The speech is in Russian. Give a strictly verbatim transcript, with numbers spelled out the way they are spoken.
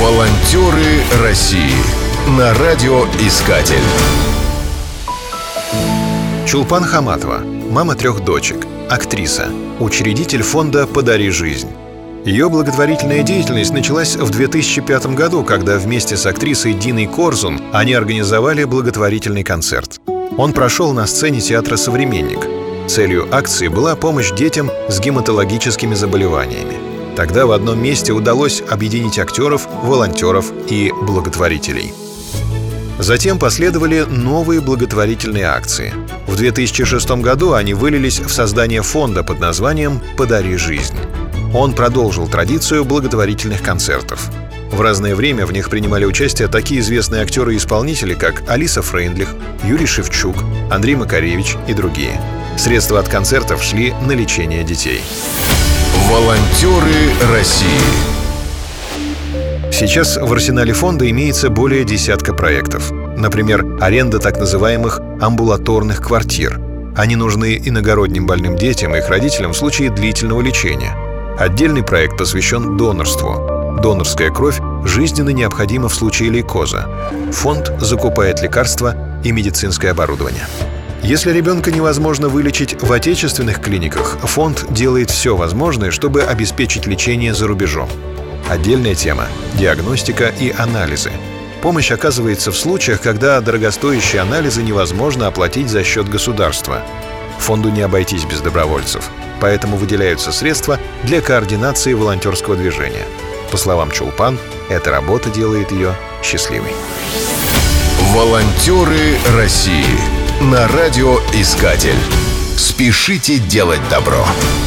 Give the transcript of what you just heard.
Волонтеры России на радиоискатель. Чулпан Хаматова, мама трех дочек, актриса, учредитель фонда «Подари жизнь». Ее благотворительная деятельность началась в две тысячи пятом году, когда вместе с актрисой Диной Корзун они организовали благотворительный концерт. Он прошел на сцене театра «Современник». Целью акции была помощь детям с гематологическими заболеваниями. Тогда в одном месте удалось объединить актеров, волонтеров и благотворителей. Затем последовали новые благотворительные акции. В две тысячи шестом году они вылились в создание фонда под названием «Подари жизнь». Он продолжил традицию благотворительных концертов. В разное время в них принимали участие такие известные актеры и исполнители, как Алиса Фрейндлих, Юрий Шевчук, Андрей Макаревич и другие. Средства от концертов шли на лечение детей. Волонтеры России. Сейчас в арсенале фонда имеется более десятка проектов. Например, аренда так называемых амбулаторных квартир. Они нужны иногородним больным детям и их родителям в случае длительного лечения. Отдельный проект посвящен донорству. Донорская кровь жизненно необходима в случае лейкоза. Фонд закупает лекарства и медицинское оборудование. Если ребенка невозможно вылечить в отечественных клиниках, фонд делает все возможное, чтобы обеспечить лечение за рубежом. Отдельная тема – диагностика и анализы. Помощь оказывается в случаях, когда дорогостоящие анализы невозможно оплатить за счет государства. Фонду не обойтись без добровольцев, поэтому выделяются средства для координации волонтерского движения. По словам Чулпан, эта работа делает ее счастливой. Волонтеры России на радиоискатель. Спешите делать добро.